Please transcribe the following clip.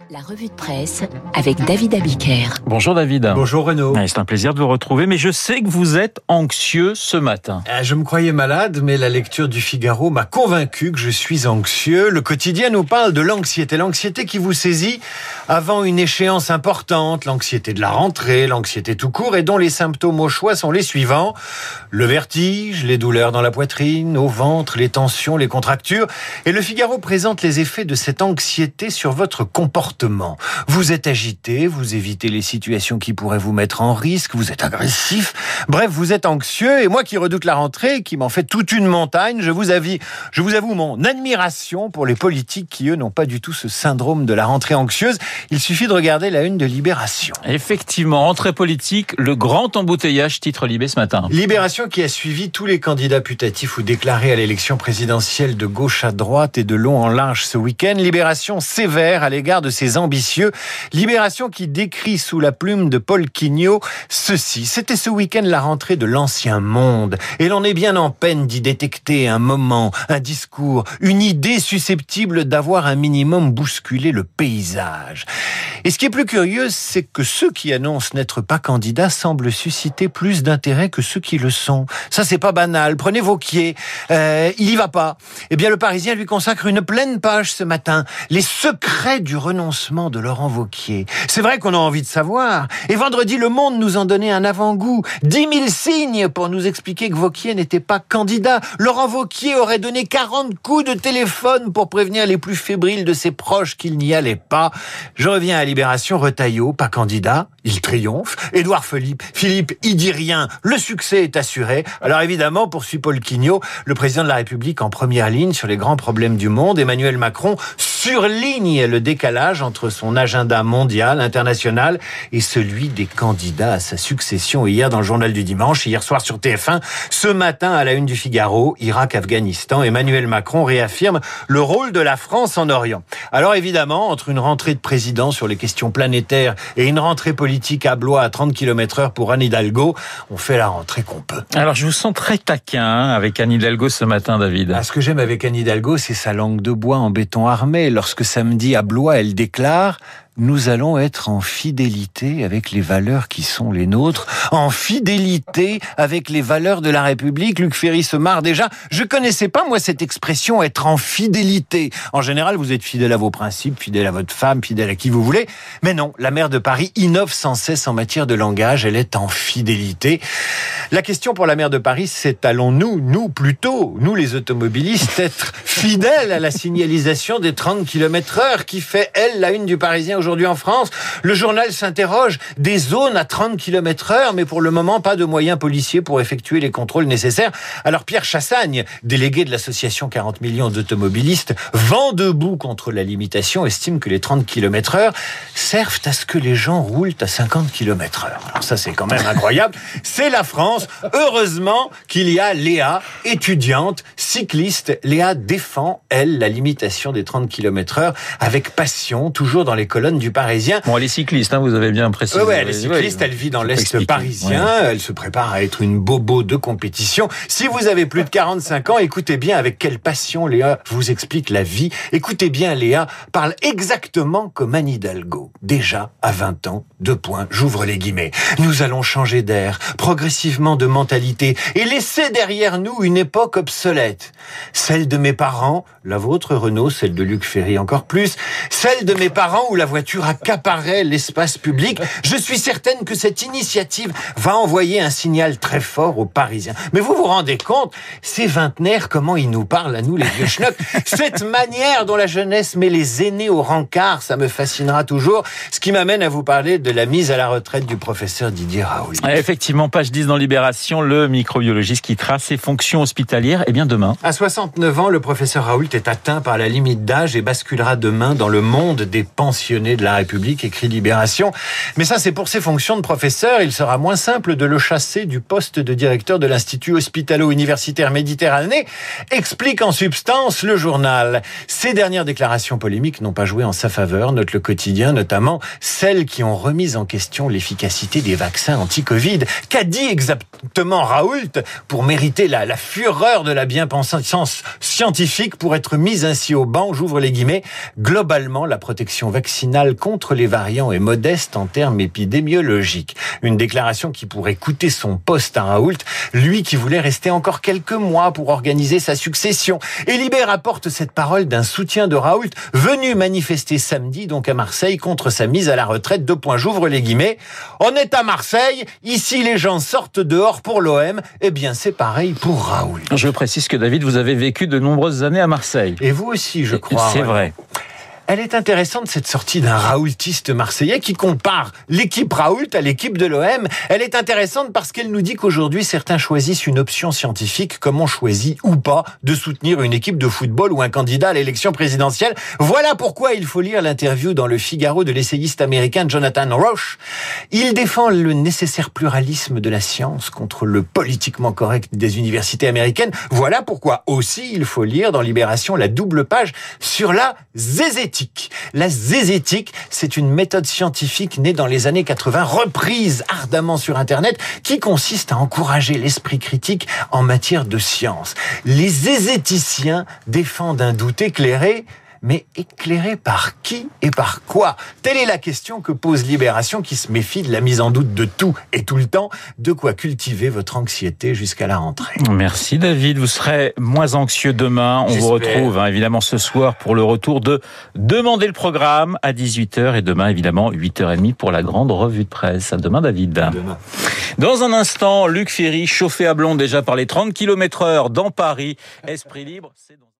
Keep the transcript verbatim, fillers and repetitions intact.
La revue de presse avec David Abiker. Bonjour David. Bonjour Renaud. C'est un plaisir de vous retrouver, mais je sais que vous êtes anxieux ce matin. Je me croyais malade, mais la lecture du Figaro m'a convaincu que je suis anxieux. Le quotidien nous parle de l'anxiété, l'anxiété qui vous saisit avant une échéance importante, l'anxiété de la rentrée, l'anxiété tout court, et dont les symptômes au choix sont les suivants. Le vertige, les douleurs dans la poitrine, au ventre, les tensions, les contractures. Et le Figaro présente les effets de cette anxiété sur votre comportement. Vous êtes agité, vous évitez les situations qui pourraient vous mettre en risque, vous êtes agressif, bref, vous êtes anxieux, et moi qui redoute la rentrée, qui m'en fait toute une montagne, je vous avoue, je vous avoue mon admiration pour les politiques qui, eux, n'ont pas du tout ce syndrome de la rentrée anxieuse. Il suffit de regarder la une de Libération. Effectivement, rentrée politique, le grand embouteillage, titre Libé ce matin. Libération qui a suivi tous les candidats putatifs ou déclarés à l'élection présidentielle de gauche à droite et de long en large ce week-end. Libération sévère à l'égard de ses ambitieux. Libération qui décrit sous la plume de Paul Quignot ceci. C'était ce week-end la rentrée de l'ancien monde. Et l'on est bien en peine d'y détecter un moment, un discours, une idée susceptible d'avoir un minimum bousculé le paysage. Et ce qui est plus curieux, c'est que ceux qui annoncent n'être pas candidats semblent susciter plus d'intérêt que ceux qui le sont. Ça, c'est pas banal. Prenez Wauquiez. Euh, il y va pas. Eh bien, le Parisien lui consacre une pleine page ce matin. Les secrets du renoncement de Laurent Wauquiez. C'est vrai qu'on a envie de savoir. Et vendredi, Le Monde nous en donnait un avant-goût. Dix mille signes pour nous expliquer que Wauquiez n'était pas candidat. Laurent Wauquiez aurait donné quarante coups de téléphone pour prévenir les plus fébriles de ses proches qu'il n'y allait pas. Je reviens à Libération. Retailleau, pas candidat. Il triomphe. Édouard Philippe, Philippe, il dit rien. Le succès est assuré. Alors évidemment, poursuit Paul Quignot, le président de la République en première ligne sur les grands problèmes du monde. Emmanuel Macron surligne le décalage entre son agenda mondial, international, et celui des candidats à sa succession. Hier, dans le journal du dimanche, hier soir sur T F un, ce matin, à la une du Figaro, Irak, Afghanistan, Emmanuel Macron réaffirme le rôle de la France en Orient. Alors évidemment, entre une rentrée de président sur les questions planétaires et une rentrée politique à Blois à trente kilomètres heure pour Anne Hidalgo, on fait la rentrée qu'on peut. Alors je vous sens très taquin hein, avec Anne Hidalgo ce matin, David. Ah, ce que j'aime avec Anne Hidalgo, c'est sa langue de bois en béton armé. Lorsque samedi à Blois, elle déclare: nous allons être en fidélité avec les valeurs qui sont les nôtres, en fidélité avec les valeurs de la République. Luc Ferry se marre déjà. Je connaissais pas, moi, cette expression, être en fidélité. En général, vous êtes fidèle à vos principes, fidèle à votre femme, fidèle à qui vous voulez. Mais non, la maire de Paris innove sans cesse en matière de langage. Elle est en fidélité. La question pour la maire de Paris, c'est allons-nous, nous plutôt, nous les automobilistes, être fidèles à la signalisation des trente kilomètres heure qui fait, elle, la une du Parisien aujourd'hui. Aujourd'hui en France, le journal s'interroge, des zones à trente kilomètres heure, mais pour le moment, pas de moyens policiers pour effectuer les contrôles nécessaires. Alors Pierre Chassagne, délégué de l'association quarante millions d'automobilistes, vent debout contre la limitation, estime que les trente kilomètres heure servent à ce que les gens roulent à cinquante kilomètres heure. Alors ça, c'est quand même incroyable. C'est la France. Heureusement qu'il y a Léa, étudiante, cycliste. Léa défend, elle, la limitation des trente kilomètres heure avec passion, toujours dans les colonnes du Parisien. Bon, elle est cycliste, hein, vous avez bien précisé. Oui, ouais, elle est cycliste, elle vit dans l'Est parisien, ouais. Elle se prépare à être une bobo de compétition. Si vous avez plus de quarante-cinq ans, écoutez bien avec quelle passion Léa vous explique la vie. Écoutez bien, Léa parle exactement comme Anne Hidalgo. Déjà, à vingt ans, deux points, j'ouvre les guillemets. Nous allons changer d'air, progressivement de mentalité, et laisser derrière nous une époque obsolète. Celle de mes parents, la vôtre Renaud, celle de Luc Ferry encore plus, celle de mes parents où la voiture accaparait l'espace public. Je suis certaine que cette initiative va envoyer un signal très fort aux Parisiens. Mais vous vous rendez compte, ces vingtenaires, comment ils nous parlent à nous, les vieux schnocks. Cette manière dont la jeunesse met les aînés au rencard, ça me fascinera toujours. Ce qui m'amène à vous parler de la mise à la retraite du professeur Didier Raoult. Effectivement, page dix dans Libération, le microbiologiste qui trace ses fonctions hospitalières. Et bien demain. À soixante-neuf ans, le professeur Raoult est atteint par la limite d'âge et basculera demain dans le monde des pensionné de la République, écrit Libération. Mais ça, c'est pour ses fonctions de professeur. Il sera moins simple de le chasser du poste de directeur de l'Institut hospitalo-universitaire Méditerranée, explique en substance le journal. Ces dernières déclarations polémiques n'ont pas joué en sa faveur, note le quotidien, notamment celles qui ont remis en question l'efficacité des vaccins anti-Covid. Qu'a dit exactement Raoult pour mériter la, la fureur de la bien-pensance scientifique pour être mise ainsi au banc? J'ouvre les guillemets. Globalement, la protection vaccinale vaccinale contre les variants est modeste en termes épidémiologiques. Une déclaration qui pourrait coûter son poste à Raoult, lui qui voulait rester encore quelques mois pour organiser sa succession. Et Libé rapporte cette parole d'un soutien de Raoult venu manifester samedi donc à Marseille contre sa mise à la retraite. Deux points, j'ouvre les guillemets. On est à Marseille, ici les gens sortent dehors pour l'O M. Eh bien c'est pareil pour Raoult. Je précise que David, vous avez vécu de nombreuses années à Marseille. Et vous aussi, je crois. C'est vrai. Elle est intéressante, cette sortie d'un raoultiste marseillais qui compare l'équipe Raoult à l'équipe de l'O M. Elle est intéressante parce qu'elle nous dit qu'aujourd'hui, certains choisissent une option scientifique, comme on choisit ou pas de soutenir une équipe de football ou un candidat à l'élection présidentielle. Voilà pourquoi il faut lire l'interview dans le Figaro de l'essayiste américain Jonathan Rauch. Il défend le nécessaire pluralisme de la science contre le politiquement correct des universités américaines. Voilà pourquoi aussi il faut lire dans Libération la double page sur la zézétique. La zézétique, c'est une méthode scientifique née dans les années quatre-vingts, reprise ardemment sur Internet, qui consiste à encourager l'esprit critique en matière de science. Les zézéticiens défendent un doute éclairé, mais éclairé par qui et par quoi? Telle est la question que pose Libération, qui se méfie de la mise en doute de tout et tout le temps. De quoi cultiver votre anxiété jusqu'à la rentrée. Merci David, vous serez moins anxieux demain. On J'espère. vous retrouve hein, évidemment ce soir pour le retour de Demandez le programme à dix-huit heures et demain évidemment huit heures trente pour la grande revue de presse. À demain David. À demain. Dans un instant, Luc Ferry, chauffé à blond déjà par les trente kilomètres heure dans Paris. Esprit libre, c'est donc...